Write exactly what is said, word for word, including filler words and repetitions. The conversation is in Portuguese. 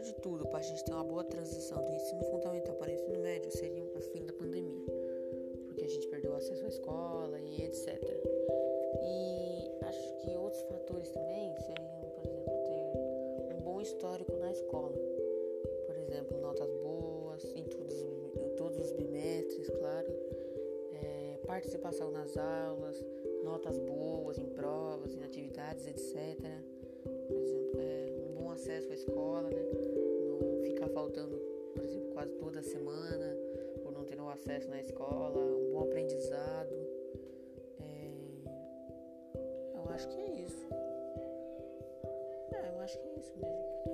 de tudo, para a gente ter uma boa transição do ensino fundamental para o ensino médio, seria o fim da pandemia, porque a gente perdeu o acesso à escola e etcétera. E acho que outros fatores também seriam, por exemplo, ter um bom histórico na escola. Por exemplo, notas boas em todos, em todos os bimestres, claro. É, participação nas aulas, notas boas em provas, em atividades, etcétera. Por exemplo, é, um bom acesso à escola, né? Não ficar faltando, por exemplo, quase toda semana por não ter o acesso na escola, um bom aprendizado. É, eu acho que é isso. É, eu acho que é isso mesmo.